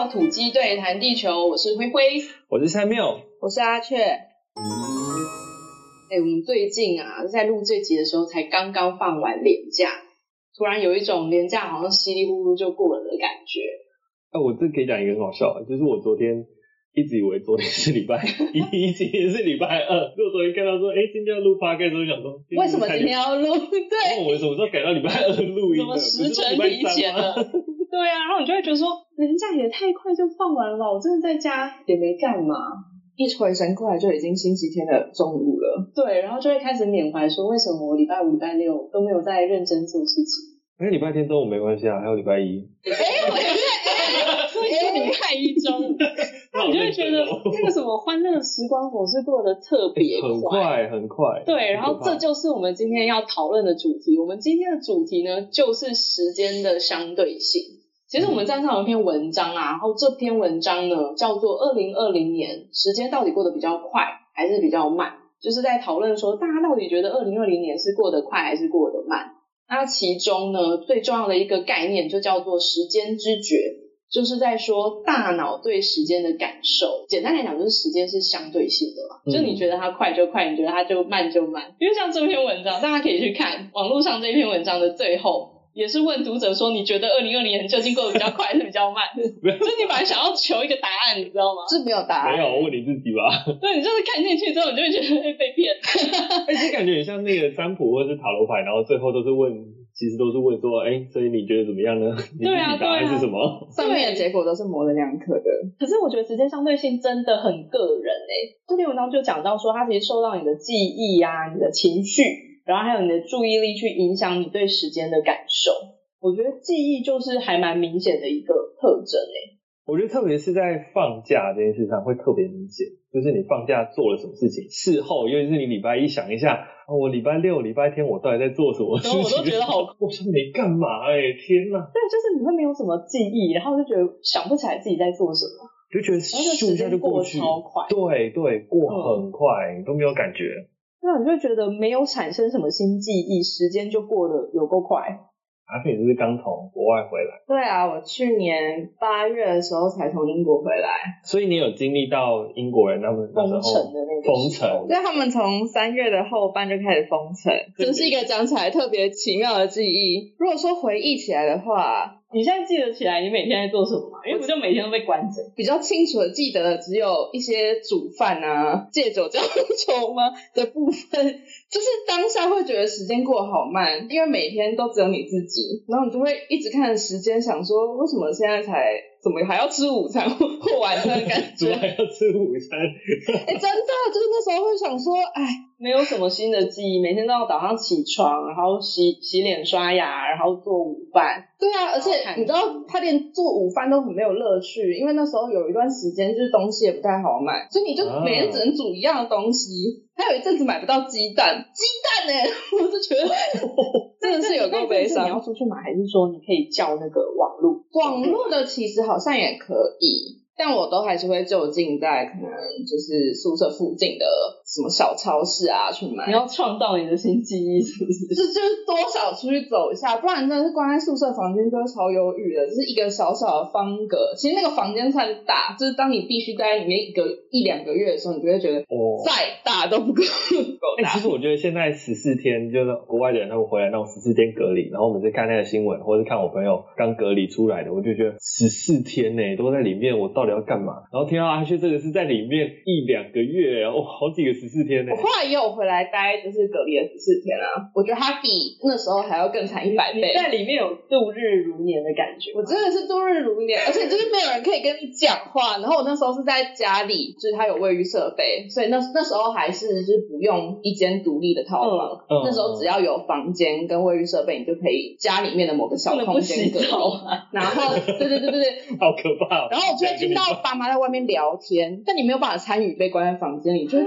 到土鸡对谈地球，我是灰灰， 我是蔡妙， 我是阿雀。 我们最近啊，在录这集的时候才刚刚放完连假，突然有一种连假好像稀里糊涂就过了的感觉。 我这可以讲一个很好笑的，就是我昨天一直以为昨天是礼拜一，今天是礼拜二。就昨天看到说，今天要录 podcast 的时候，想说为什么今天要录？对， 我们什么时候改到礼拜二录音的？ 怎么时辰提前了？对啊，然后你就会觉得说，连假也太快就放完了，我真的在家也没干嘛。 一回神过来就已经星期天的中午了。 对，然后就会开始缅怀说，为什么我礼拜五、礼拜六都没有在认真做事情？ 因为礼拜天中午没关系啊，还有礼拜一。 所以就礼拜一中午，那你就会觉得那个什么欢乐时光总是过得特别快， 很快。 对，然后这就是我们今天要讨论的主题。我们今天的主题呢，就是时间的相对性。其实我们站上有一篇文章啊，然后这篇文章呢叫做2020年时间到底过得比较快还是比较慢，就是在讨论说大家到底觉得2020年是过得快还是过得慢。那其中呢最重要的一个概念就叫做时间知觉，就是在说大脑对时间的感受。简单来讲就是时间是相对性的嘛，就你觉得它快就快，你觉得它就慢就慢。因为像这篇文章大家可以去看网络上这篇文章的最后也是问读者说，你觉得2020年究竟过得比较快还是比较慢？就是你本来想要求一个答案，你知道吗？ 是没有答案。 没有，我问你自己吧。 对，你就是看进去之后，你就会觉得被骗。 这感觉很像那个占卜或者是塔罗牌，然后最后都是问，其实都是问说，所以你觉得怎么样呢？你自己答案是什么？ 上面的结果都是模棱两可的。 可是我觉得时间相对性真的很个人这篇文章就讲到说，它其实受到你的记忆啊、你的情绪，然后还有你的注意力去影响你对时间的感受。我觉得记忆就是还蛮明显的一个特征我觉得特别是在放假这件事上会特别明显，就是你放假做了什么事情，事后尤其是你礼拜一想一下，我礼拜六、礼拜天我到底在做什么事情， 我都觉得好， 我说没干嘛天哪！ 对，就是你会没有什么记忆，然后就觉得想不起来自己在做什么， 就觉得咻一下就过去， 超快， 对，过很快，都没有感觉。 那你就觉得没有产生什么新记忆，时间就过得有够快。 阿飞，你是不是刚从国外回来？ 对啊，我去年8月的时候才从英国回来。 所以你有经历到英国人他们封城的那个封城？ 对，他们从3月的后半就开始封城，这是一个讲起来特别奇妙的记忆。如果说回忆起来的话， 你现在记得起来你每天在做什么吗？因为不就每天都被关着。 比较清楚的记得只有一些煮饭啊、借酒浇愁吗的部分，就是当下会觉得时间过得好慢，因为每天都只有你自己，然后你就会一直看时间，想说为什么现在才怎么还要吃午餐或晚餐的感觉， 怎么还要吃午餐？ 真的就是那时候会想说， 没有什么新的记忆，每天都要早上起床，然后洗脸刷牙，然后做午饭。 对啊，而且你知道他连做午饭都很没有乐趣，因为那时候有一段时间就是东西也不太好买，所以你就每天只能煮一样的东西。还有一阵子买不到鸡蛋我就觉得真的是有够悲伤。 你要出去买，还是说你可以叫那个网络的其实好像也可以，但我都还是会就近在可能就是宿舍附近的什么小超市啊去买。 你要创造你的新记忆是不是？ 就是多少出去走一下，不然真的是关在宿舍房间就会超忧郁的。就是一个小小的方格，其实那个房间算大，就是当你必须待在里面一两个月的时候，你就会觉得再大都不够大。 其实我觉得现在14天，就是国外的人他们回来那种14天隔离，然后我们在看那个新闻，或者是看我朋友刚隔离出来的，我就觉得14天都在里面，我到底要干嘛？然后听到阿薛这个是在里面1-2个月好几个14天我后来也有回来待就是隔离的14天啊，我觉得他比那时候还要更惨100倍。 你在里面有度日如年的感觉。 我真的是度日如年，而且就是没有人可以跟你讲话。然后我那时候是在家里，就是他有卫浴设备，所以那时候还是就是不用一间独立的套房，那时候只要有房间跟卫浴设备，你就可以家里面的某个小空间隔离。然后对， 好可怕然后我就会听到爸妈在外面聊天，但你没有办法参与被关在房间里，就会觉得好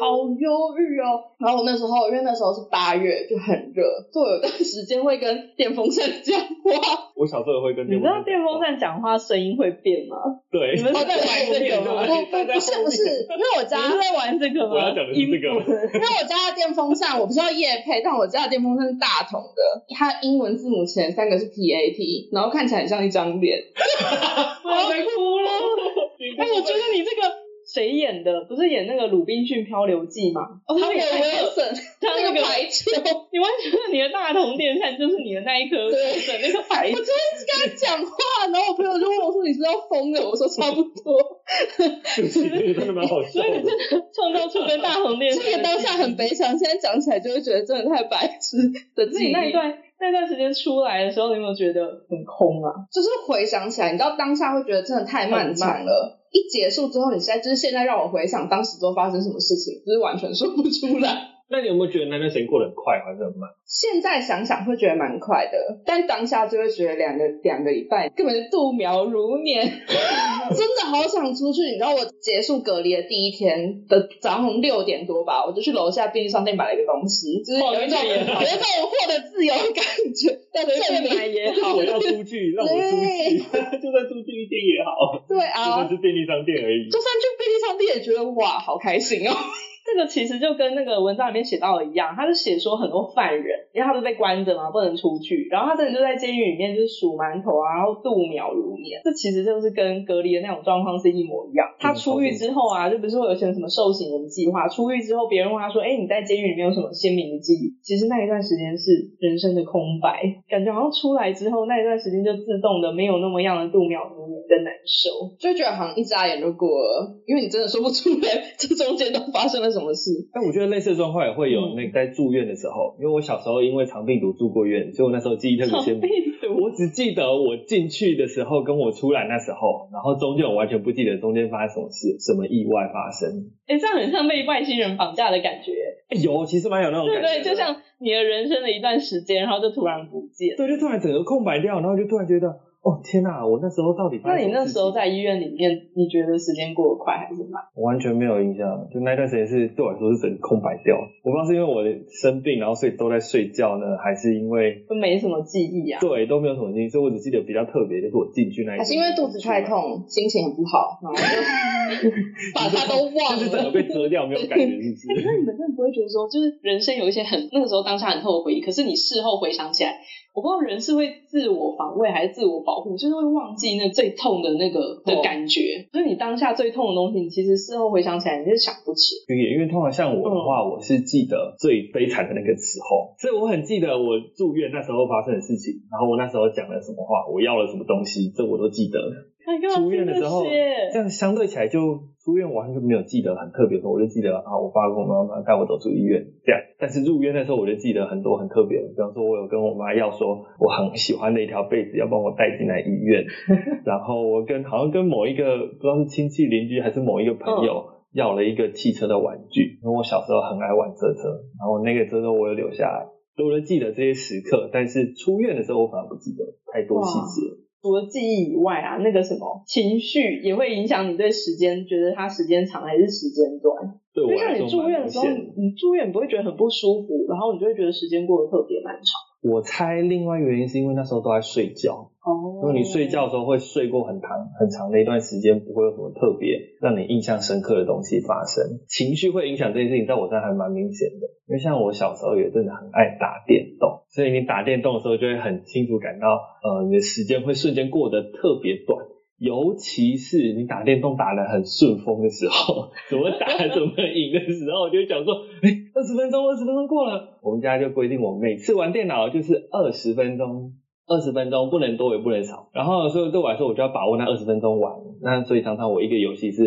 好忧郁哦。然后我那时候因为那时候是8月，就很热，所以我有段时间会跟电风扇讲话。 我小时候也会跟电风扇讲话。 你知道电风扇讲话声音会变吗？ 对， 你们是在玩这个吗？ 不是，因为我家你是在玩这个吗？ 我要讲的是这个， 因为我家的电风扇我不是要业配，但我家的电风扇是大筒的，它英文字母前3个是 PAT， 然后看起来很像一张脸。 我要哭了。我觉得你这个谁演的？不是演那个《鲁滨逊漂流记》吗？ 他演威尔森， 他那个排球， 你完全你的大同电扇就是你的那一颗的那个排球。 我昨天跟他讲话，然后我朋友就问我说：“你是要疯了？”我说：“差不多。” 真的蛮好笑的。 所以你真的创造出跟大同电扇， 这个当下很悲伤，现在讲起来就会觉得真的太白痴的记忆。 那段时间出来的时候，你有没有觉得很空啊？ 就是回想起来，你知道当下会觉得真的太漫长了。一结束之后，你现在让我回想当时都发生什么事情，就是完全说不出来。 那你有没有觉得那段时间过得很快还是很慢？ 现在想想会觉得蛮快的，但当下就会觉得两个礼拜根本就度秒如年，真的好想出去。你知道我结束隔离的第一天的早上6点多吧，我就去楼下便利商店买了一个东西，就是有一种获得自由的感觉，但证明也好， 我要出去，让我出去，就算出去一天也好。 对啊， 就算是便利商店而已， 就算去便利商店也觉得哇，好开心哦。 这个其实就跟那个文章里面写到的一样，他是写说很多犯人，因为他不是被关着嘛，不能出去，然后他真的就在监狱里面就是数馒头啊，然后度秒如年。这其实就是跟隔离的那种状况是一模一样。他出狱之后啊，就不是会有些什么受刑人计划，出狱之后别人问他说：“你在监狱里面有什么鲜明的记忆？”其实那一段时间是人生的空白，感觉好像出来之后那一段时间就自动的没有那么样的度秒如年的难受， 就觉得好像一眨眼就过了，因为你真的说不出来这中间都发生了什么事。 但我觉得类似的状况也会有在住院的时候，因为我小时候因为肠病毒住过院，所以我那时候记忆特别鲜明。我只记得我进去的时候跟我出来那时候，然后中间我完全不记得中间发生什么事，什么意外发生。 这样很像被外星人绑架的感觉。 有，其实蛮有那种感觉。 对，就像你的人生的一段时间，然后就突然不见。 对，就突然整个空白掉，然后就突然觉得，哦天哪，我那时候到底发生什么事情？ 那你那时候在医院里面，你觉得时间过得快还是慢？ 我完全没有印象，就那段时间是对我来说是整个空白掉。我不知道是因为我生病，然后所以都在睡觉呢，还是因为都没什么记忆啊？ 对，都没有什么记忆，所以我只记得比较特别，就是我进去那一， 还是因为肚子太痛，心情很不好，然后就把它都忘了， 就是整个被遮掉，没有感觉，是不是？ 那你们真的不会觉得说，就是人生有一些那个时候当下很痛的回忆，可是你事后回想起来，我不知道人是会自我防卫还是自我保护，就是会忘记那最痛的那个的感觉。所以你当下最痛的东西，你其实事后回想起来，你是想不起。 因为通常像我的话，我是记得最悲惨的那个时候，所以我很记得我住院那时候发生的事情，然后我那时候讲了什么话，我要了什么东西，这我都记得。出院的时候，这样相对起来就出院完全没有记得很特别的，我就记得我爸跟我妈妈带我走出医院这样。但是入院的时候我就记得很多很特别的，比方说我有跟我妈要说我很喜欢的一条被子要帮我带进来医院，然后我好像跟某一个不知道是亲戚邻居还是某一个朋友要了一个汽车的玩具，因为我小时候很爱玩车，然后那个车我有留下来，所以我就记得这些时刻。但是出院的时候我反而不记得太多细节。 除了记忆以外啊，那个什么情绪也会影响你对时间，觉得它时间长还是时间短。 对我来说，就像你住院的时候，你住院你不会觉得很不舒服，然后你就会觉得时间过得特别漫长。 我猜另外原因是因为那时候都在睡觉。因为你睡觉的时候会睡过很长的一段时间，不会有什么特别让你印象深刻的东西发生。情绪会影响这件事情，在我身上还蛮明显的。因为像我小时候也真的很爱打电动，所以你打电动的时候就会很清楚感到你的时间会瞬间过得特别短。尤其是你打电动打得很顺风的时候，怎么打怎么赢的时候，我就会讲说20分钟过了。我们家就规定我每次玩电脑就是20分钟不能多也不能少，然后所以对我来说我就要把握那20分钟玩。那所以常常我一个游戏是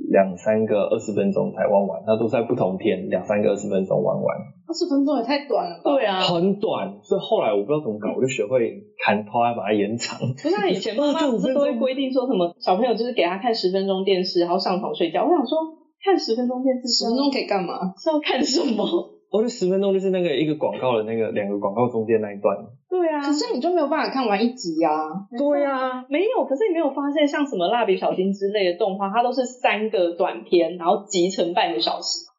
2-3个20分钟才玩完，那都是在不同天2-3个20分钟玩完。 20分钟也太短了吧？ 对啊， 很短。所以后来我不知道怎么搞，我就学会砍头把它延长。 不是以前妈妈不是都会规定说什么小朋友就是给他看10分钟电视然后上床睡觉，我想说看10分钟电视 10分钟可以干嘛？ 是要看什么？ 我觉得10分钟就是那个一个广告的那个2个广告中间那一段。 对啊， 可是你就没有办法看完一集啊。 对啊，没有。可是你没有发现像什么蜡笔小新之类的动画，它都是3个短片然后集成半个小时。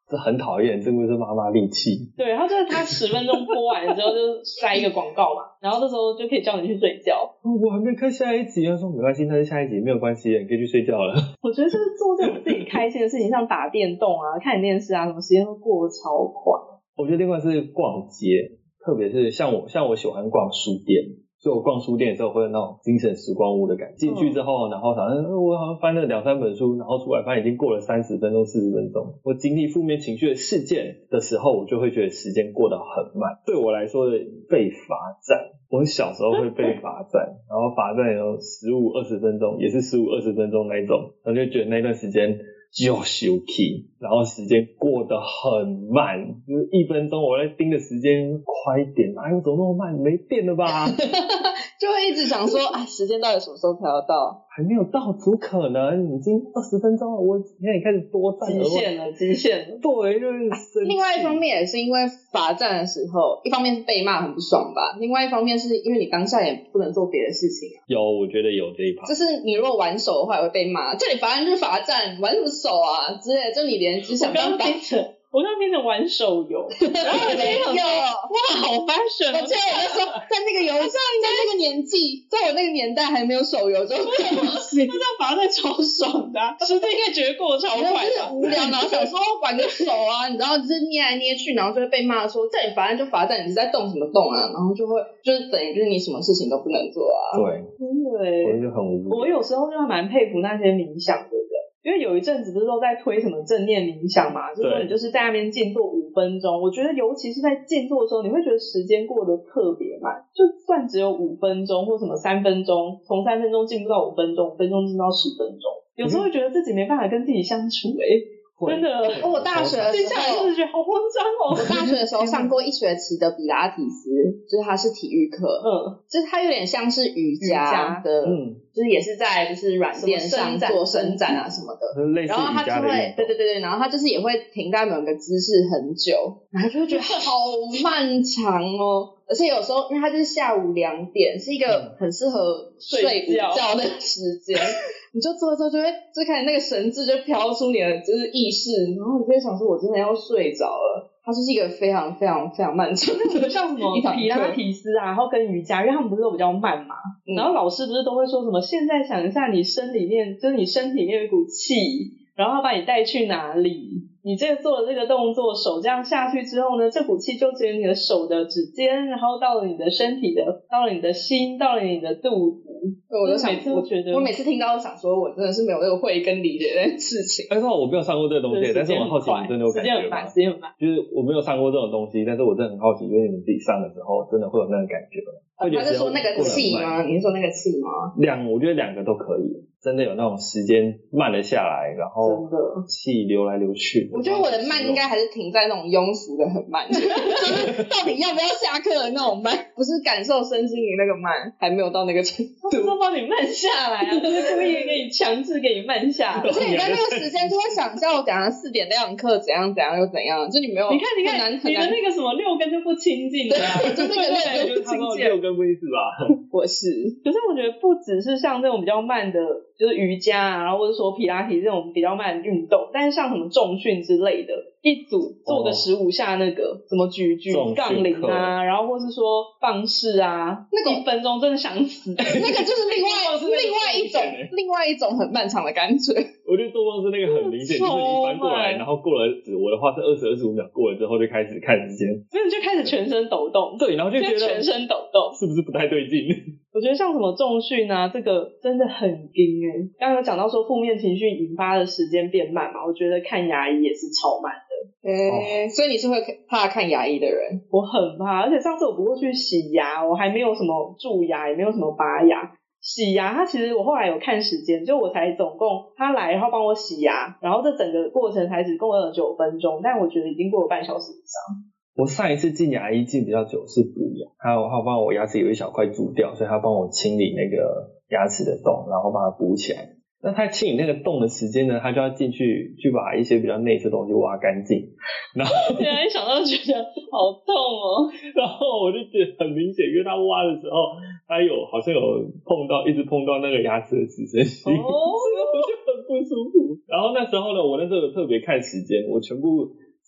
这很讨厌，这个是妈妈利器。 对，然后就是他10分钟播完之后就塞一个广告嘛，然后这时候就可以叫你去睡觉。 我还没看下一集，他说没关系，那是下一集没有关系，你可以去睡觉了。 我觉得就是做这种自己开心的事情，像打电动啊、看电视啊，什么时间都过得超快。 我觉得另外是逛街，特别是像我喜欢逛书店。所以我逛书店的时候会有那种精神时光屋的感觉。进去之后，然后好像我好像翻了2-3本书，然后出来发现已经过了30分钟、40分钟。我经历负面情绪的事件的时候，我就会觉得时间过得很慢。对我来说的被罚站，我小时候会被罚站，然后罚站有15-20分钟，也是15-20分钟那一种，然后就觉得那段时间就休息，然后时间过得很慢，就是1分钟我在盯的时间快一点，哎呦怎么那么慢，没电了吧？ 就会一直想说，啊，时间到底什么时候才要到？ 还没有到，怎么可能？已经20分钟了，我现在也开始多站了， 极限了。 对，就是另外一方面也是因为罚站的时候，一方面是被骂很不爽吧，另外一方面是因为你当下也不能做别的事情。 有，我觉得有这一趴。 就是你如果玩手的话，也会被骂，这里罚站就是罚站，玩什么手啊之类的，就你连只想当我刚变成玩手游，然后我就想说，哇，好 fashion！ 我记得我那时候在那个游戏，在那个年纪，在我那个年代还没有手游这种东西， 那这样罚站超爽的，时间应该觉得过得超快的。 就是无聊，然后想说玩个手啊，你知道，就是捏来捏去，然后就会被骂说，这里罚站就罚站，你是在动什么动啊？然后就会就是等于就是你什么事情都不能做啊。 对， 真的耶， 我就很无聊。 我有时候就还蛮佩服那些冥想的人。因为有一阵子不是都在推什么正念冥想嘛，就是说你就是在那边静坐5分钟，我觉得尤其是在静坐的时候，你会觉得时间过得特别慢，就算只有5分钟或什么3分钟，从3分钟进步到5分钟，5分钟进步到10分钟，有时候会觉得自己没办法跟自己相处真的， 我大学的时候就是觉得好慌张哦。 我大学的时候上过1学期的比拉提斯，就是它是体育课，就是它有点像是瑜伽的，就是也是在就是软垫上做伸展啊什么的，然后它就会对，然后它就是也会停在某个姿势很久，然后就会觉得好漫长哦。而且有时候因为它就是下午2点，是一个很适合睡午觉的时间，你就做就会就开始那个神智就飘出你的就是意识，然后你就会想说我真的要睡着了。它就是一个非常非常非常漫长的， 像什么皮拉提斯啊，然后跟瑜伽，因为他们不是都比较慢嘛，然后老师不是都会说什么现在想一下你身里面就是你身体里面有一股气，然后他把你带去哪里，你这个做了这个动作，手这样下去之后呢，这股气就从你的手的指尖，然后到了你的身体的，到了你的心，到了你的肚子。 我就想，我每次听到都想说，我真的是没有那个慧跟理解这件事情。 但是我没有上过这个东西，但是我好奇你真的有感觉吗？ 时间很慢， 就是我没有上过这种东西，但是我真的很好奇，因为你们自己上的时候，真的会有那个感觉吗？ 他是说那个气吗？你是说那个气吗？ 我觉得2个都可以，真的有那种时间慢了下来，然后气流来流去。 我觉得我的慢应该还是停在那种庸俗的很慢，就是到底要不要下课的那种慢，不是感受身心灵那个慢，还没有到那个程度。 他说帮你慢下来啊，就是故意给你强制给你慢下来。 而且你在那个时间就会想象我等下4点那堂课怎样怎样又怎样，就你没有你看你的那个什么6根就不亲近了啊， 就那个6根不亲近。 6根不一致吧？ 我是， 可是我觉得不只是像这种比较慢的，就是瑜伽啊，然后或者说皮拉提这种比较慢的运动，但是像什么重训之类的，一组做个15下那个什么举杠铃啊，然后或是说棒式啊，那个1分钟真的想死。 那个就是另外一种很漫长的感觉。 我觉得做棒式那个很明显，就是你翻过来，然后过了我的话是20-25秒，过了之后就开始看时间， 真的就开始全身抖动。 对，然后就觉得全身抖动， 是不是不太对劲？ 我觉得像什么重训啊，这个真的很硬刚刚有讲到说负面情绪引发的时间变慢嘛，我觉得看牙医也是超慢的。 所以你是会怕看牙医的人？ 我很怕，而且上次我不过去洗牙，我还没有什么蛀牙，也没有什么拔牙。洗牙它其实我后来有看时间，就我才总共他来然后帮我洗牙，然后这整个过程才只共了9分钟，但我觉得已经过了半小时以上。 我上一次进牙医进比较久是补牙，他帮我牙齿有一小块蛀掉，所以他帮我清理那个牙齿的洞，然后把它补起来。那他清理那个洞的时间呢，他就要进去把一些比较内侧的东西挖干净。然后现在一想到觉得好痛哦， 然后我就觉得很明显，因为他挖的时候，他好像有一直碰到那个牙齿的齿身性，所以我就很不舒服。然后那时候呢，我那时候有特别看时间，我全部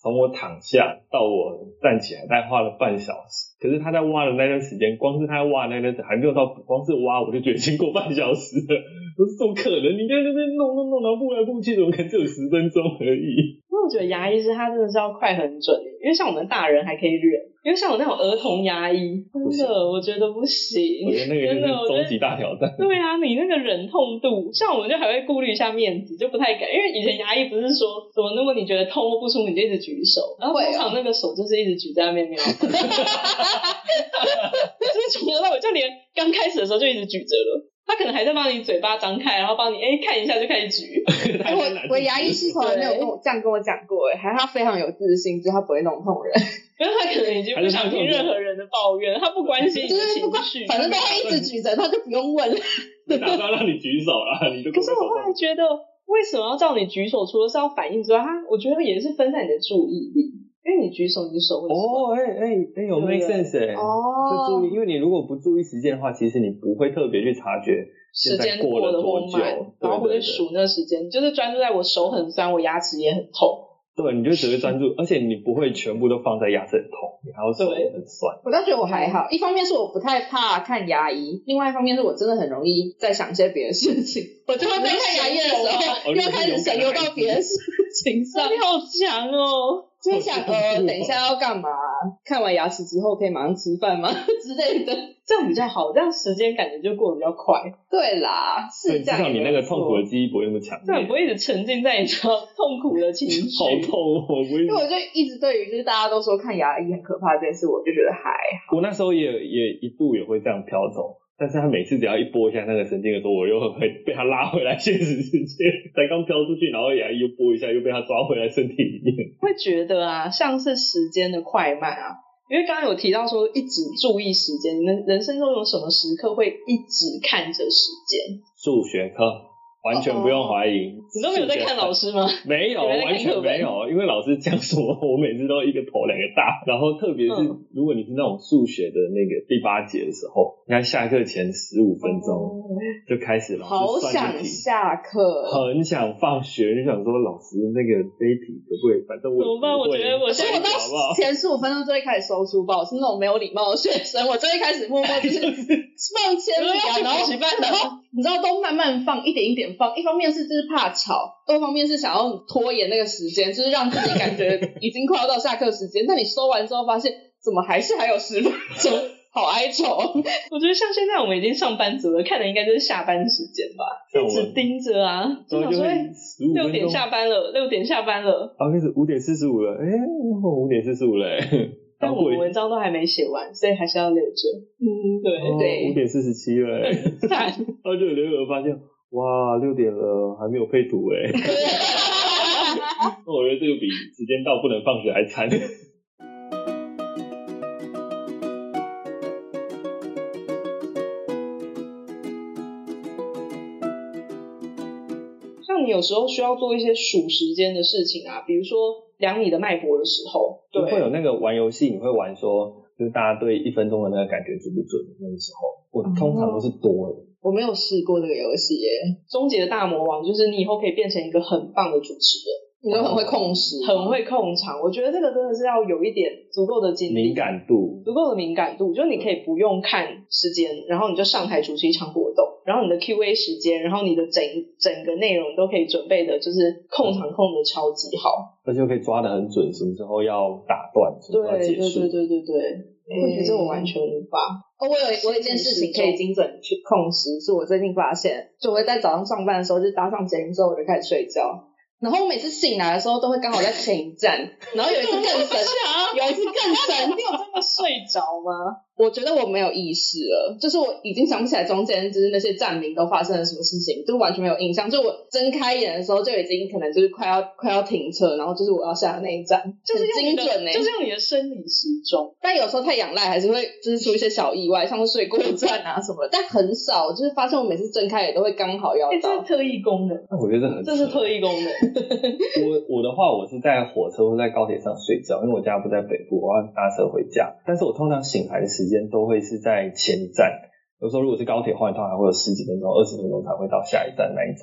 从我躺下到我站起来大概花了半小时，可是他在挖的那段时间，光是他挖的那段时间还没有到，光是挖我就觉得已经过半小时了。我说怎么可能？你在那边弄，然后步来步去，怎么可能只有10分钟而已？ 因为我觉得牙医师他真的是要快很准，因为像我们大人还可以忍，因为像我那种儿童牙医，真的我觉得不行。 我觉得那个就是终极大挑战。 对啊，你那个忍痛度，像我们就还会顾虑一下面子，就不太敢，因为以前牙医不是说怎么，如果你觉得痛或不舒服，你就一直举手，然后通常那个手就是一直举在那边没有，就是从头到尾，就连刚开始的时候就一直举着了。他可能还在帮你嘴巴张开，然后帮你看一下就开始举。 我牙医师从来没有这样跟我讲过，还是他非常有自信，就是他不会弄痛人。 因为他可能已经不想听任何人的抱怨，他不关心你的情绪， 反正都会一直举着，他就不用问了。 打算让你举手啦，你就。 可是我后来觉得，为什么要叫你举手？除了是要反应之外，我觉得也是分散你的注意力。因为你举手，你的手会酸。 有 make sense 就注意，因为你如果不注意时间的话，其实你不会特别去察觉时间过了多久， 然后或者数那时间，就是专注在我手很酸，我牙齿也很痛。 对，你就只会专注，而且你不会全部都放在牙齿很痛，你还要手很酸。 我倒觉得我还好，一方面是我不太怕看牙医，另外一方面是我真的很容易在想一些别的事情，我就会在看牙医的时候又开始神游到别的事情上。 你好强哦！ 就想等一下要干嘛？看完牙齿之后可以马上吃饭吗之类的， 这样比较好，这样时间感觉就过得比较快。 对啦，是这样。 至少你那个痛苦的记忆不会那么强烈， 这样不会一直沉浸在你痛苦的情绪。 好痛哦！ 因为我就一直对于就是大家都说看牙医很可怕这件事，我就觉得还好。 我那时候也一度也会这样飘走。但是他每次只要一拨一下那个神经的时候，我又会被他拉回来现实世界，才刚飘出去，然后牙医又拨一下，又被他抓回来身体里面。 会觉得啊，像是时间的快慢啊，因为刚刚有提到说一直注意时间，你们人生中有什么时刻会一直看着时间？ 数学课。完全不用怀疑。 你都没有在看老师吗？ 没有，完全没有，因为老师这样说，我每次都一个头两个大。然后特别是如果你是那种数学的那个第8节的时候，你看下课前15分钟就开始老师算题，好想下课， 很想放学，就想说老师那个这一题可不可以？反正我怎么办？我觉得我到前15分钟就会开始收书包，我是那种没有礼貌的学生，我就会开始默默就是放铅笔啊，然后你知道都慢慢放，一点一点放，一方面是就是怕吵，二方面是想要拖延那个时间，就是让自己感觉已经快要到下课时间，但你收完之后发现怎么还有10分钟，好哀愁。 我觉得像现在我们已经上班族了，看的应该就是下班时间吧，一直盯着啊，就想说6点下班了，6点下班了， 开始5点45了，5点45了但我们文章都还没写完，所以还是要留着。对 ，5点47了然后就留有发现，哇，6点了还没有配图那我觉得这个比时间到不能放学还惨。 像你有时候需要做一些数时间的事情啊，比如说量你的脉搏的时候， 就会有那个玩游戏，你会玩说就是大家对1分钟的那个感觉准不准的那个时候，我通常都是多的。 我没有试过这个游戏耶。 终极的大魔王就是你以后可以变成一个很棒的主持人， 你都很会控时， 很会控场。我觉得这个真的是要有一点足够的精力， 敏感度， 足够的敏感度，就你可以不用看时间，然后你就上台主持一场活动，然后你的 Q&A 时间，然后你的整个内容都可以准备的，就是控场控的超级好， 而且可以抓得很准，什么时候要打断，什么时候要结束。 对。我觉得我完全无法。 我有一件事情可以精准去控时，是我最近发现，就我会在早上上班的时候，就搭上捷运之后我就开始睡觉。然后我每次醒来的时候都会刚好在前一站，然后有一次更神， 你有真的睡着吗？ 我觉得我没有意识了，就是我已经想不起来中间就是那些站名都发生了什么事情，就完全没有印象。就我睁开眼的时候就已经可能就是快要停车，然后就是我要下的那一站，就是精准就是用你的生理时钟。 但有时候太仰赖还是会就是出一些小意外，像是睡过站啊什么的，但很少，就是发现我每次睁开眼都会刚好要到。 这是特异功能。 我觉得这是特异功能。 我的话，我是在火车或在高铁上睡觉，因为我家不在北部，我要搭车回家。但是我通常醒来的时间都会是在前一站，有时候如果是高铁换一趟，还会有10几分钟、20分钟才会到下一站那一种。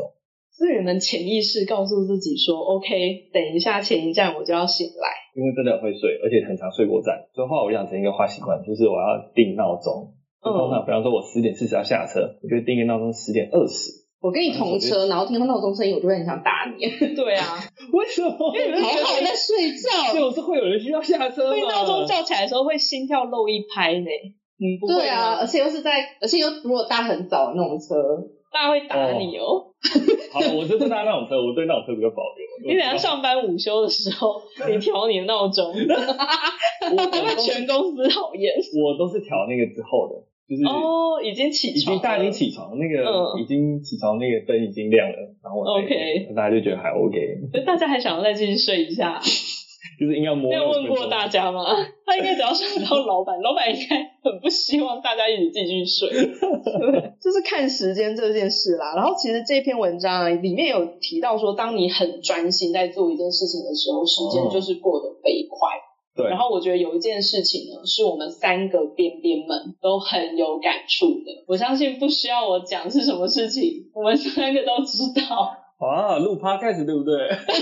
是你们潜意识告诉自己说 OK 等一下前一站我就要醒来， 因为真的会睡，而且很常睡过站，所以后来我养成一个坏习惯，就是我要定闹钟。通常比方说我10点40要下车，我就定一个闹钟10点20。 我跟你同车，然后听到闹钟声音，我就会很想打你。 对啊， 为什么？ 因为你们好好在睡觉， 就是会有人需要下车嘛。 被闹钟叫起来的时候会心跳漏一拍呢。不会吗？ 对啊，而且又如果搭很早的那种车， 大家会打你哦。 好，我是不搭那种车，我对那种车比较保留。 你等下上班午休的时候，你调你的闹钟，会被全公司讨厌。 我都是调那个之后的。就是已经起床了， 大家已经起床，那个已经起床，那个灯已经亮了，然后 OK， 大家就觉得还 OK， 所以大家还想要再继续睡一下， 就是硬要摸。 没有问过大家吗？他应该只要想到老板应该很不希望大家一直继续睡，对，就是看时间这件事啦。然后其实这篇文章里面有提到说，当你很专心在做一件事情的时候，时间就是过得飞快。 对， 然后我觉得有一件事情呢，是我们3个边边们都很有感触的。我相信不需要我讲是什么事情，我们3个都知道。 啊，录 podcast 对不对？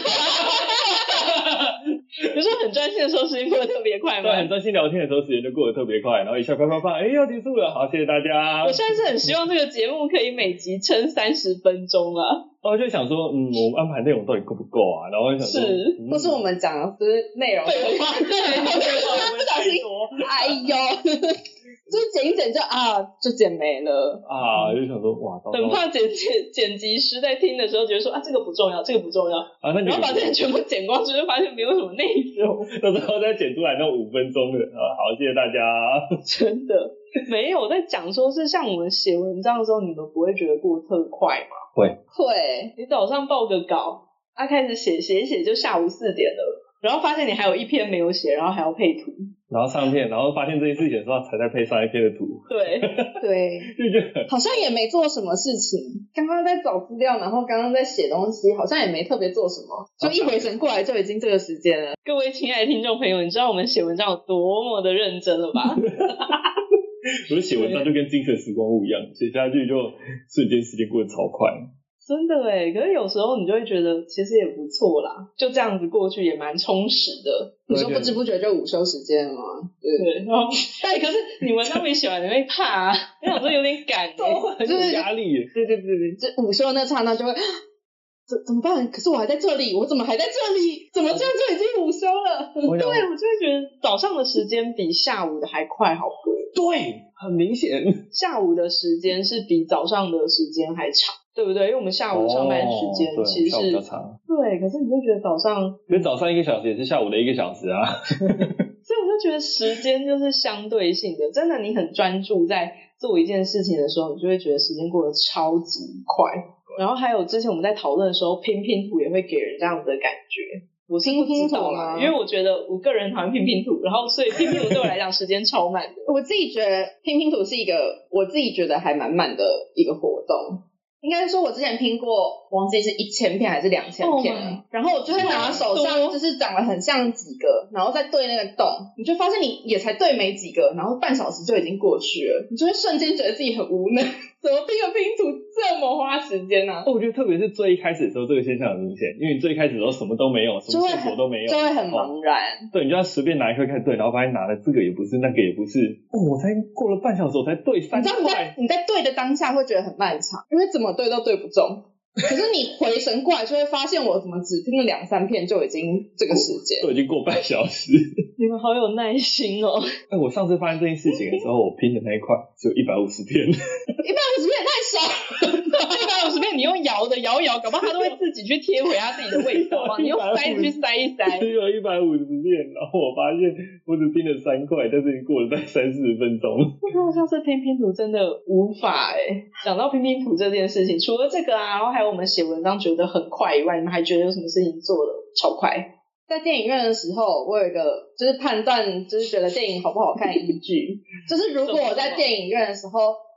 有时候很专心的时候，时间过得特别快吗？ 对，很专心聊天的时候，时间就过得特别快，然后一下啪，要结束了，好，谢谢大家。 我现在是很希望这个节目可以每集撑30分钟啊。 我就想说，我们安排内容到底够不够啊？然后就想说， 或是我们讲的就是内容废话，对， 不小心，哎呦。就是剪一剪就剪没了啊，就想说哇， 很怕剪辑师在听的时候觉得说这个不重要，这个不重要啊，然后把这些全部剪光之后，就发现没有什么内容， 到时候再剪出来那5分钟的好，谢谢大家。 真的没有，我在讲说是像我们写文章的时候，你们不会觉得过得特快吗？ 会， 你早上报个稿开始写一写就下午4点了，然后发现你还有一篇没有写，然后还要配图， 然后上片，然后发现这件事情的时候才在配上一篇的图。 对， 就觉得好像也没做什么事情。刚刚在找资料，然后刚刚在写东西，好像也没特别做什么，就一回神过来就已经这个时间了。 各位亲爱的听众朋友，你知道我们写文章有多么的认真了吧？ 我写文章就跟精神时光屋一样，写下去就瞬间时间过得超快。 真的耶，可是有时候你就会觉得其实也不错啦，就这样子过去也蛮充实的。 你说不知不觉就午休时间了吗？ 对，可是你文章没写完你会怕啊，我想说有点赶很有压力耶。 对，就午休那刹那就会怎么办？可是我还在这里，我怎么还在这里？怎么这样就已经午休了？ 对，我就会觉得早上的时间比下午的还快好多。 对，很明显， 下午的时间是比早上的时间还长，对不对？因为我们下午上班时间其实是比较长。 对，可是你会觉得早上， 因为早上1个小时也是下午的1个小时啊。 所以我就觉得时间就是相对性的，真的你很专注在做一件事情的时候，你就会觉得时间过得超级快。然后还有之前我们在讨论的时候，拼图也会给人这样子的感觉。我是不知道啦，因为我觉得我个人讨厌拼图，然后所以拼图对我来讲时间超慢的。 我自己觉得拼图是一个我自己觉得还蛮慢的一个活动。应该说我之前拼过，忘记是1000片还是2000片了，然后我就会拿手上就是长得很像几个，然后再对那个洞，你就发现你也才对没几个，然后半小时就已经过去了，你就会瞬间觉得自己很无能，怎么拼个拼图这么花时间啊？ 我觉得特别是最一开始的时候，这个现象很明显，因为你最一开始的时候什么都没有，什么线索都没有， 就会很茫然。 对，你就要随便拿一颗开始对，然后发现拿的这个也不是，那个也不是，我才过了半小时我才对3块。 你在对的当下会觉得很漫长，因为怎么对都对不中。可是你回神过来就会发现，我怎么只拼了2-3片就已经这个时间， 都已经过半小时。 你们好有耐心哦。 我上次发现这件事情的时候，我拼的那一块只有150片。150 片太少 ，150片你用摇的摇一摇，搞不好他都会自己去贴回他自己的位置嘛。你用塞子去塞一塞， 只有150片，然后我发现我只拼了3块，但是过了大概30-40分钟。 我上次拼图真的无法讲到拼图这件事情，除了这个然后还有我们写文章觉得很快以外，你们还觉得有什么事情做得超快？ 在电影院的时候，我有一个就是判断，就是觉得电影好不好看依据，就是如果我在电影院的时候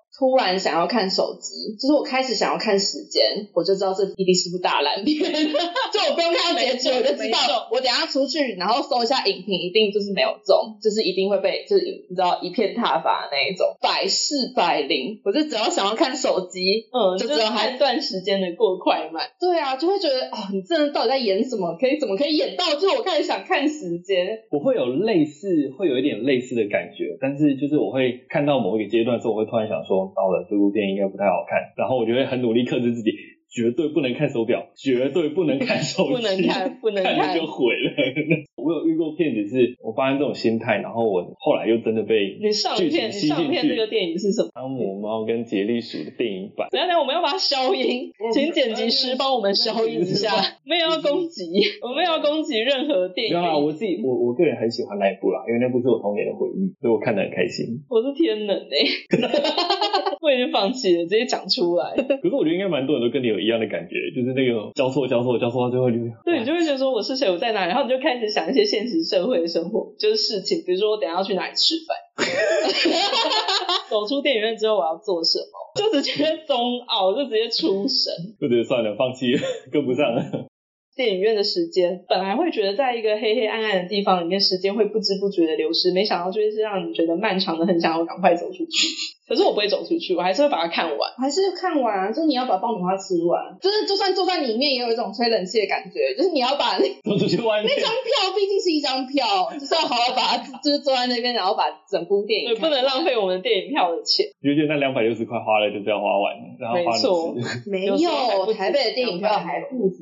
突然想要看手机，就是我开始想要看时间，我就知道这一定是部大烂片，就我不用看到结局，我就知道我等一下出去，然后搜一下影评，一定就是没有中，就是一定会被就是你知道一片踏伐的那一种，百试百灵。我就只要想要看手机，就只要判断时间的过快慢。 对啊，就会觉得你真的到底在演什么？怎么可以演到就是我开始想看时间？ 我会有一点类似的感觉，但是就是我会看到某一个阶段的时候，我会突然想说，到了这部电影应该不太好看，然后我就会很努力克制自己，绝对不能看手表，绝对不能看手机， 不能看， 看了就毁了。我有遇过片子是我发现这种心态，然后我后来又真的被你上片这个电影是什么？ 汤姆猫跟杰利鼠的电影版。 等一下我们要把它消音，请剪辑师帮我们消音一下。没有要攻击，我们要攻击任何电影。 没有啦，我个人很喜欢那一部啦，因为那部是我童年的回忆，所以我看得很开心。 我是天冷我已经放弃了，直接讲出来。 可是我觉得应该蛮多人都跟你有一样的感觉，就是那个交错到最后就对，你就会觉得说我是谁，我在哪里，然后你就开始想一些现实社会的生活，就是事情，比如说我等一下要去哪里吃饭，走出电影院之后我要做什么，就直接中傲，就直接出神， 就觉得算了，放弃了，跟不上了。 电影院的时间本来会觉得在一个黑黑暗暗的地方里面时间会不知不觉的流失，没想到就是让你觉得漫长的很想要赶快走出去。可是我不会走出去，我还是会把它看完， 还是看完啊，就是你要把爆米花吃完，就是就算坐在里面也有一种吹冷气的感觉，就是你要把走出去外面那张票毕竟是一张票，就是要好好把它就是坐在那边，然后把整部电影看完， 对，不能浪费我们电影票的钱。 就觉得那260块花了就是要花完，然后花没错， 没有台北的电影票还不止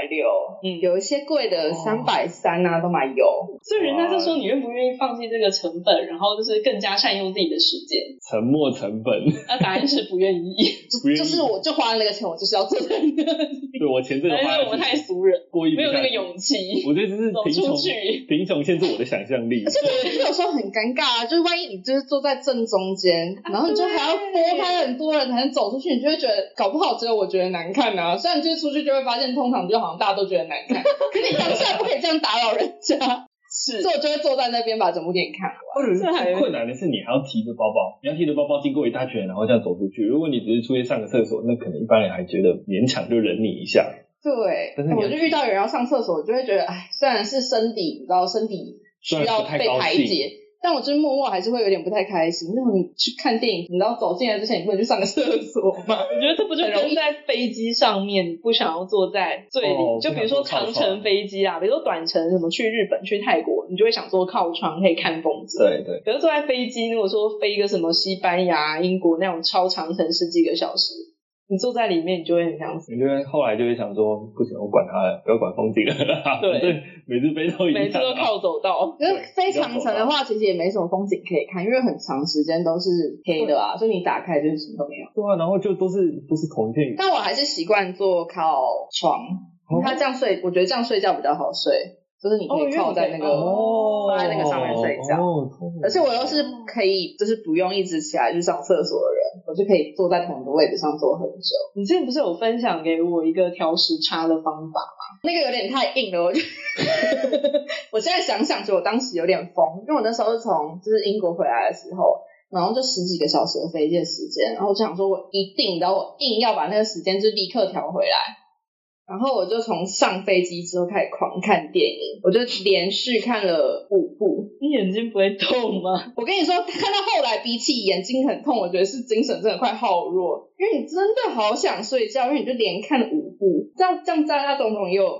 260，有一些贵的330啊都蛮有， 所以人家就说你愿不愿意放弃这个成本，然后就是更加善用自己的时间。 沉没成本， 那答案是不愿意。 就是我就花了那个钱，我就是要做这个。 对，我钱真的花了， 但是我们太俗人， 没有那个勇气。 我觉得这是贫穷限制我的想象力。 而且有时候很尴尬啊，就是万一你就是坐在正中间，然后你就还要拨开很多人才能走出去，你就会觉得搞不好只有我觉得难看啊。虽然就是出去就会发现，通常就好像大家都觉得难看，可你当下不可以这样打扰人家。是，所以我就会坐在那边把整部电影看完。 或者是最困难的是你还要提着包包，你要提着包包经过一大群人，然后这样走出去。如果你只是出去上个厕所，那可能一般人还觉得勉强就忍你一下。 对，我就遇到有人要上厕所，我就会觉得，虽然是身体，你知道身体需要被排解，但我就是默默还是会有点不太开心。那你去看电影，你知道走进来之前，你不能去上个厕所吗？ 我觉得这不就跟在飞机上面，你不想要坐在最里，就比如说长程飞机啊，比如说短程什么去日本、去泰国，你就会想坐靠窗可以看风景。 对对。 可是坐在飞机，如果说飞一个什么西班牙、英国那种超长程10几个小时。你坐在里面，你就会很想死。 你就会后来就会想说，不行，我管他了，不要管风景了。对，每次飞都一样， 每次都靠走道。 可是飞长程的话，其实也没什么风景可以看，因为很长时间都是黑的啊，所以你打开就是什么都没有。 对啊，然后就都是同片。 但我还是习惯坐靠窗，他这样睡，我觉得这样睡觉比较好睡。就是你可以靠在那个放在那个上面睡觉，而且我又是可以就是不用一直起来去上厕所的人，我就可以坐在同一个位置上坐很久。 你之前不是有分享给我一个调时差的方法吗？ 那个有点太硬了，我现在想想觉得我当时有点疯，因为我那时候是从就是英国回来的时候，然后就10几个小时的飞机的时间，然后我就想说我一定，然后我硬要把那个时间就立刻调回来。然后我就从上飞机之后开始狂看电影，我就连续看了5部。 你眼睛不会痛吗？ 我跟你说，看到后来比起眼睛很痛，我觉得是精神真的快耗弱，因为你真的好想睡觉，因为你就连看了5部，这样加加总总也有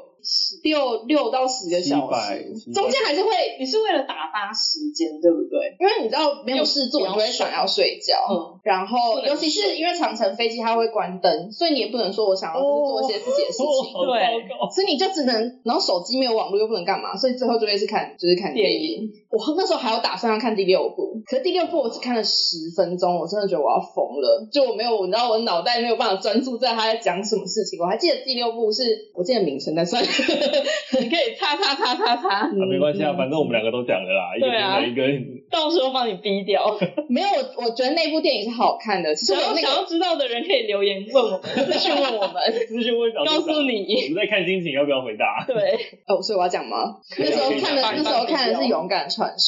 6到10个小时，中间还是会， 你是为了打发时间，对不对？ 因为你知道没有事做，你就会想要睡觉。然后尤其是因为长程飞机它会关灯，所以你也不能说我想要就是做一些自己的事情， 对， 所以你就只能，然后手机没有网络又不能干嘛，所以最后就会是看电影。我那时候还有打算要看第6部，可是第6部我只看了10分钟，我真的觉得我要疯了，就我没有，你知道我脑袋没有办法专注在他在讲什么事情。我还记得第6部是我记得名称，但算了你可以擦， 没关系啊，反正我们2个都讲了啦， 对啊， 一个到时候帮你逼掉。 没有，我觉得那部电影是好看的。其实想要知道的人可以留言问我们，私讯问我们，告诉你， 我们在看心情要不要回答。 对， 所以我要讲吗？那时候看的是《勇敢传说》，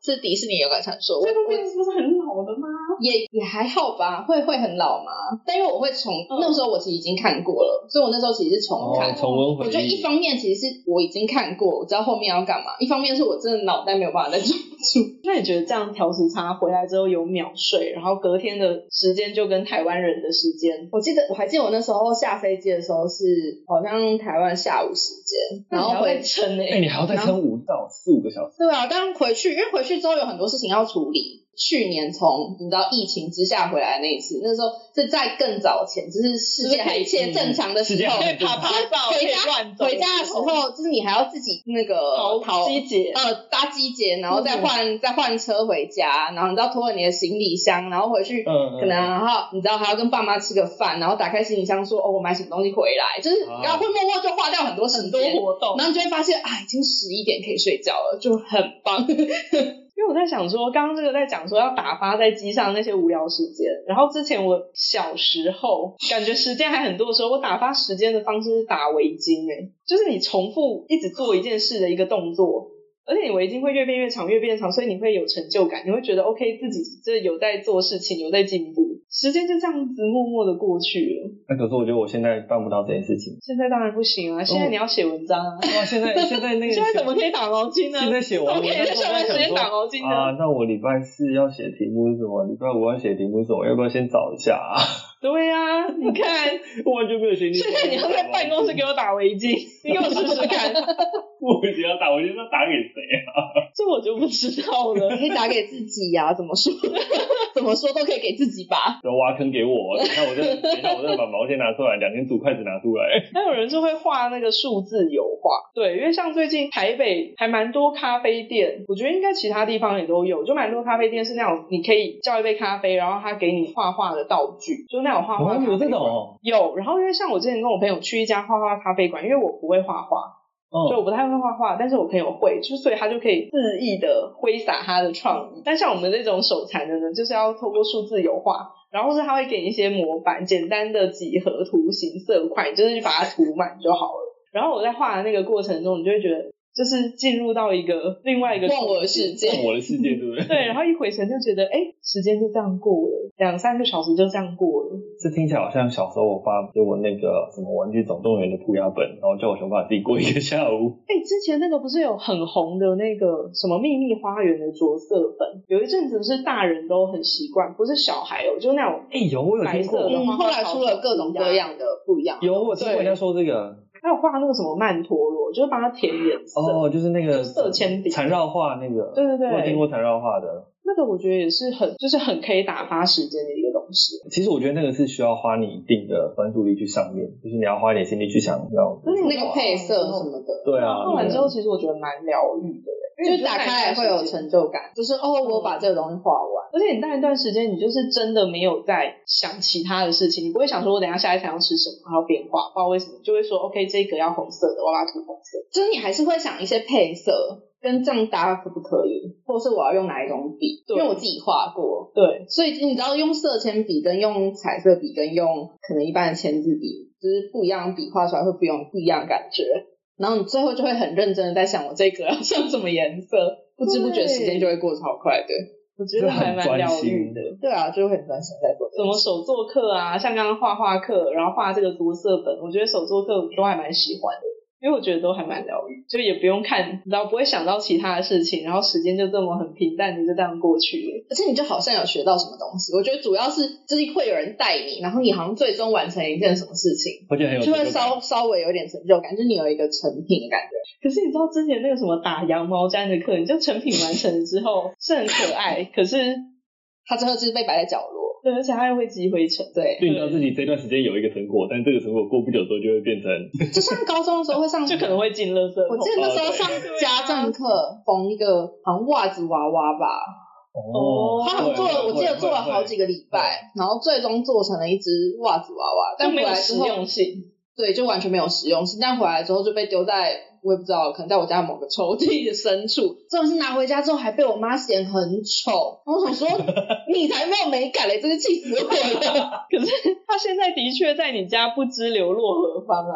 是迪士尼勇敢传说。 这部片是不是很老的吗？ 也还好吧，会很老吗？但因为我会那个时候我其实已经看过了，所以我那时候其实是重看。 重温回忆。 我觉得一方面其实是我已经看过，我知道后面要干嘛；一方面是我真的脑袋没有办法再抓住。 那你觉得这样调时差回来之后有秒睡，然后隔天的时间就跟台湾人的时间？ 我还记得我那时候下飞机的时候是好像台湾下午时间，然后会撑你还要再撑5到4、5个小时。 对啊，但回去因为回去之后有很多事情要处理。去年从你知道疫情之下回来的那一次，那时候是在更早前，就是世界还一切正常的时候， 可以爬照， 回家的时候，就是你还要自己那个逃机节， 搭机节，然后再换车回家，然后你知道拖着你的行李箱，然后回去，可能然后你知道还要跟爸妈吃个饭，然后打开行李箱说我买什么东西回来，就是然后会默默就花掉很多时间活动， 然后你就会发现已经11点可以睡觉了，就很棒。 因为我在想说，刚刚这个在讲说要打发在机上那些无聊时间，然后之前我小时候感觉时间还很多的时候，我打发时间的方式是打围巾就是你重复一直做一件事的一个动作，而且你围巾会越变越长越变长，所以你会有成就感，你会觉得 OK 自己这有在做事情，有在进步，时间就这样子默默的过去了。 可是我觉得我现在办不到这件事情。 现在当然不行啊，现在你要写文章啊。 现在那个现在怎么可以打毛巾呢？ 现在写完怎么可以在上班时间打毛巾呢？ 那我礼拜4要写题目是什么？礼拜5要写题目是什么？要不要先找一下啊？ 对啊，你看我完全没有学历。 现在你要在办公室给我打围巾，你给我试试看。 我围巾要打围巾，要打给谁啊？ 这我就不知道了。 可以打给自己呀，怎么说？怎么说都可以给自己吧。 要挖坑给我，等一下我再把毛线拿出来，2根竹筷子拿出来。 还有人是会画那个数字油画，对，因为像最近台北还蛮多咖啡店，我觉得应该其他地方也都有，就蛮多咖啡店是那种你可以叫一杯咖啡，然后他给你画画的道具，就那种画画咖啡馆。 有这种有，然后因为像我之前跟我朋友去一家画画咖啡馆，因为我不会画画。所以我不太会画画，但是我朋友会，就所以他就可以恣意的挥洒他的创意。但像我们这种手残的呢，就是要透过数字油画，然后是他会给你一些模板，简单的几何图形色块，就是去把它涂满就好了。然后我在画的那个过程中，你就会觉得就是进入到一个另外一个忘我的世界， 忘我的世界，对不对？ 对，然后一回程就觉得时间就这样过了，2-3个小时就这样过了。 这听起来好像小时候我爸给我那个什么玩具总动员的涂鸦本，然后叫我想办法自己过一个下午。 之前那个不是有很红的那个什么秘密花园的着色粉，有一阵子是大人都很习惯，不是小孩就那种我有听过， 后来出了各种各样的不一样。 有，我听过人家说这个。 还有画那个什么曼陀罗，就是帮他填颜色。 就是那个色铅笔缠绕画那个。 对对对， 我有听过缠绕画的。 那个我觉得也是很可以打发时间的一个东西。 其实我觉得那个是需要花你一定的专注力去上面，就是你要花一点心力去想要那个配色什么的。 对啊， 画完之后其实我觉得蛮疗愈的， 就是打开来会有成就感，就是我把这个东西画完。 而且你那一段时间你就是真的没有在想其他的事情，你不会想说我等一下下一餐要吃什么，然后变化，不知道为什么就会说 OK 这个要红色的，我要把它涂红色。 就是你还是会想一些配色跟这样搭可不可以，或是我要用哪一种笔，因为我自己画过。 对， 所以你知道用色铅笔跟用彩色笔跟用可能一般的签字笔，就是不一样的笔画出来会不一样的感觉，然后你最后就会很认真的在想我这个要上什么颜色，不知不觉时间就会过超快的。 我觉得还蛮疗愈的。 对啊，就会很专心在做什么手作课啊，像刚刚画课，然后画这个着色本，我觉得手作课我都还蛮喜欢的，因为我觉得都还蛮疗愈，就也不用看，你知道不会想到其他的事情，然后时间就这么很平淡的就这样过去了。 而且你就好像有学到什么东西，我觉得主要是就是会有人带你，然后你好像最终完成一件什么事情， 我觉得很有就会稍微有点成就感，就你有一个成品的感觉。 可是你知道之前那个什么打羊毛毡的课，你就成品完成了之后是很可爱，可是它最后就是被摆在角落。 对，而且它又会积灰尘。 对， 就你知道自己这段时间有一个成果，但这个成果过不久之后就会变成就像高中的时候会上就可能会进垃圾桶。 我记得那时候上家政课缝一个好像袜子娃娃吧，他们我记得做了好几个礼拜，然后最终做成了一只袜子娃娃，但回来之后没有实用性。 对，就完全没有实用性，但回来之后就被丢在我也不知道，可能在我家某个抽屉的深处。这种是拿回家之后还被我妈嫌很丑，然后我想说你才没有美感嘞，真是气死我了。 可是他现在的确在你家不知流落何方啊。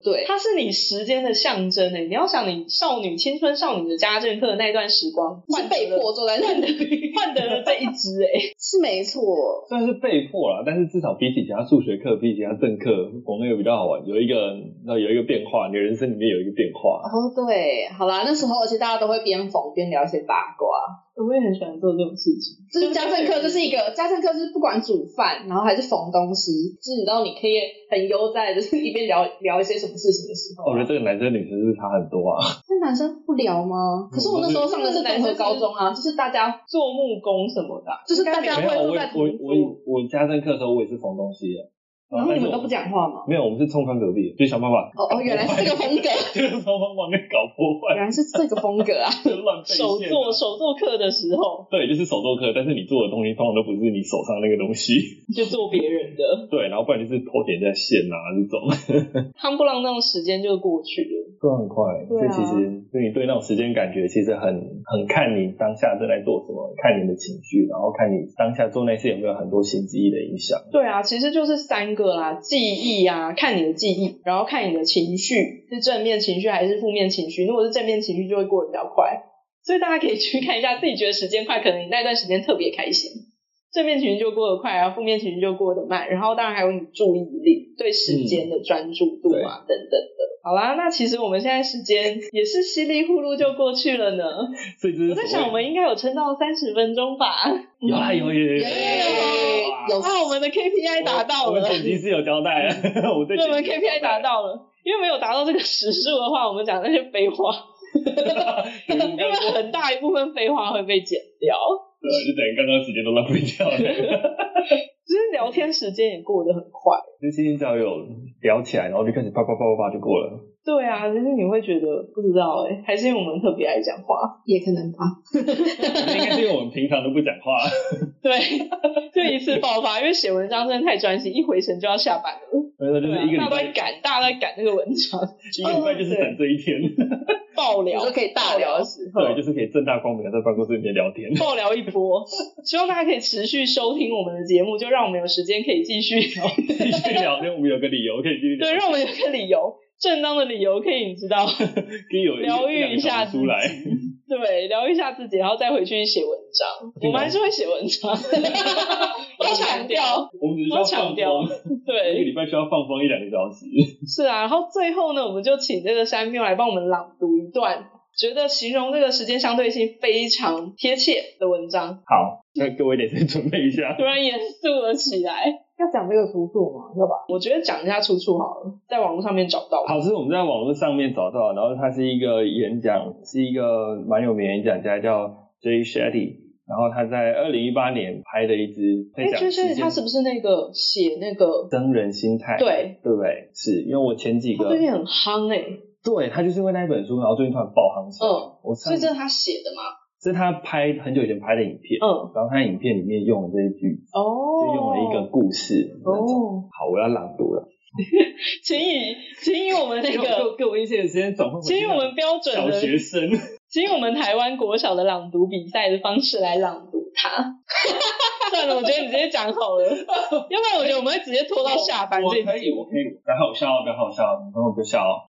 对， 它是你时间的象征你要想你青春少女的家政课的那段时光， 是被迫坐在那里换得了这一支是没错， 虽然是被迫啦，但是至少比起其他数学课，比起其他政课，我那个比较好玩，有一个变化，你的人生里面有一个变化。 哦，对，好啦，那时候而且大家都会边缝边聊一些八卦。 我也很喜欢做这种事情， 就是家政课，就是一个家政课，就是不管煮饭，然后还是缝东西，就是你知道你可以很悠哉，就是一边聊一些什么事情的时候。 我觉得这个男生女生是不是差很多啊？ 那男生不聊吗？可是我那时候上的是综合高中啊，就是大家做木工什么的， 就是大家会坐在同一桌。 我家政课的时候我也是缝东西的。 然后你们都不讲话吗？ 没有，我们是冲穿隔壁，就想办法。 原来是这个风格， 就是从旁边搞破坏。 原来是这个风格啊！ 手作课的时候， 对，就是手作课，但是你做的东西通常都不是你手上那个东西， 就做别人的。 对，然后不然就是偷点在线啊这种。 夯不啷当时间就过去了， 对，很快。所以其实你对那种时间感觉，其实很看你当下正在做什么，看你的情绪，然后看你当下做那些有没有很多心机的影响。 对啊，其实就是3个啦，记忆啊，看你的记忆，然后看你的情绪是正面情绪还是负面情绪。如果是正面情绪就会过得比较快，所以大家可以去看一下，自己觉得时间快，可能你那段时间特别开心，正面情绪就过得快，然后负面情绪就过得慢，然后当然还有你注意力对时间的专注度啊，等等的。好啦，那其实我们现在时间也是稀里糊涂就过去了呢。 所以我在想我们应该有撑到30分钟吧。 有啊， 有我们的 KPI 达到了。 我们剪辑师有交代了，对，我们 KPI 达到了，因为没有达到这个时数的话，我们讲那些废话，因为很大一部分废话会被剪掉。 对，就等于刚刚时间都浪费掉了。 其实聊天时间也过得很快， 就是只要有聊起来，然后就开始啪啪啪啪就过了。 对啊，其实你会觉得不知道还是因为我们特别爱讲话， 也可能吧。 应该是因为我们平常都不讲话。 对，就一次爆发，因为写文章真的太专心，一回神就要下班了。 所以说就是一个礼拜大家都在赶那个文章， 一个礼拜就是等这一天。 爆聊， 就可以大聊的时候， 对，就是可以正大光明的在办公室里面聊天， 爆聊一波。希望大家可以持续收听我们的节目，就让我们有时间可以继续聊天。我们有个理由可以继续聊， 对，让我们有个理由，正当的理由可以，你知道， 可以有疗愈一下自己，对，疗愈一下自己，然后再回去写文章。我们还是会写文章，我强调， 我们只是要放风， 对， 一个礼拜需要放风1-2个小时。 是啊，然后最后呢，我们就请这个山缪来帮我们朗读一段觉得形容这个时间相对性非常贴切的文章。 好，那各位得先准备一下。 突然严肃了起来。 要讲这个出处吗？要吧？ 我觉得讲一下出处好了，在网络上面找到。 好，这是我们在网络上面找到，然后他是一个演讲，是一个蛮有名的演讲家，叫 Jay Shetty， 然后他在2018年拍的一支在讲时间。 他是不是那个写那个僧人心态？对，对不对？是因为我前几个他最近很夯对，他就是因为那一本书，然后最近突然爆夯起来。 所以这是他写的吗？ 这是他很久以前拍的影片，然后他影片里面用了这一句，就用了一个故事。好，我要朗读了。 请以我们那个给我一些时间转换， 请以我们标准的小学生， 请以我们台湾国小的朗读比赛的方式来朗读它。算了，我觉得你直接讲好了，要不然我觉得我们会直接拖到下班这一集。 我可以，不要好笑，不要好笑，你等我不笑哦。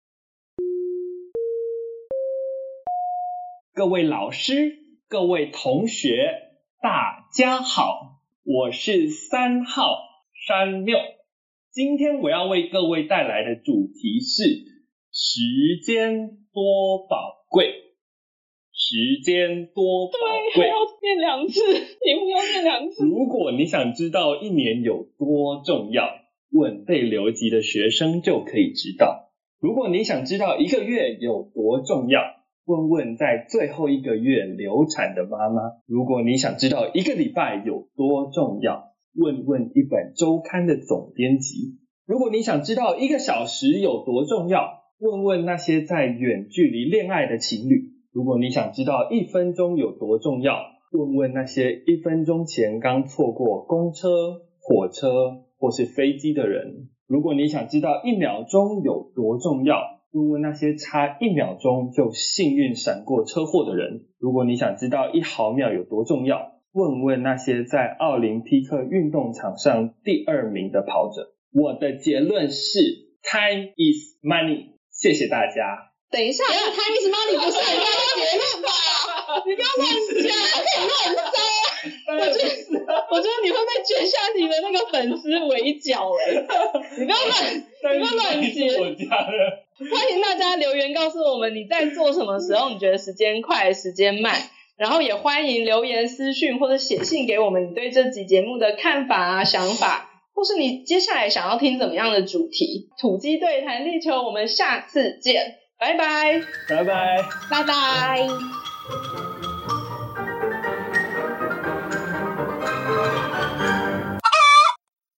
各位老师，各位同学，大家好，我是3号山缪。今天我要为各位带来的主题是时间多宝贵。时间多宝贵， 对，还要念2次，题目要念2次。 如果你想知道1年有多重要，问被留级的学生就可以知道。如果你想知道1个月有多重要，问问在最后1个月流产的妈妈。如果你想知道1个礼拜有多重要，问问一本周刊的总编辑。如果你想知道1个小时有多重要，问问那些在远距离恋爱的情侣。如果你想知道1分钟有多重要，问问那些1分钟前刚错过公车、火车或是飞机的人。如果你想知道1秒钟有多重要，问问那些差1秒钟就幸运闪过车祸的人。如果你想知道1毫秒有多重要，问问那些在奥林匹克运动场上第2名的跑者。我的结论是， Time is money， 谢谢大家。 等一下， Time is money 不是人家的结论吧？你不要乱讲，可以乱塞。我觉得你会被卷下你的那个粉丝围剿你不要乱接。 我家的。 欢迎大家留言告诉我们你在做什么时候你觉得时间快时间慢，然后也欢迎留言私讯或者写信给我们你对这集节目的看法啊想法，或是你接下来想要听怎么样的主题。土鸡对谈地球，我们下次见，拜拜拜拜。 拜拜。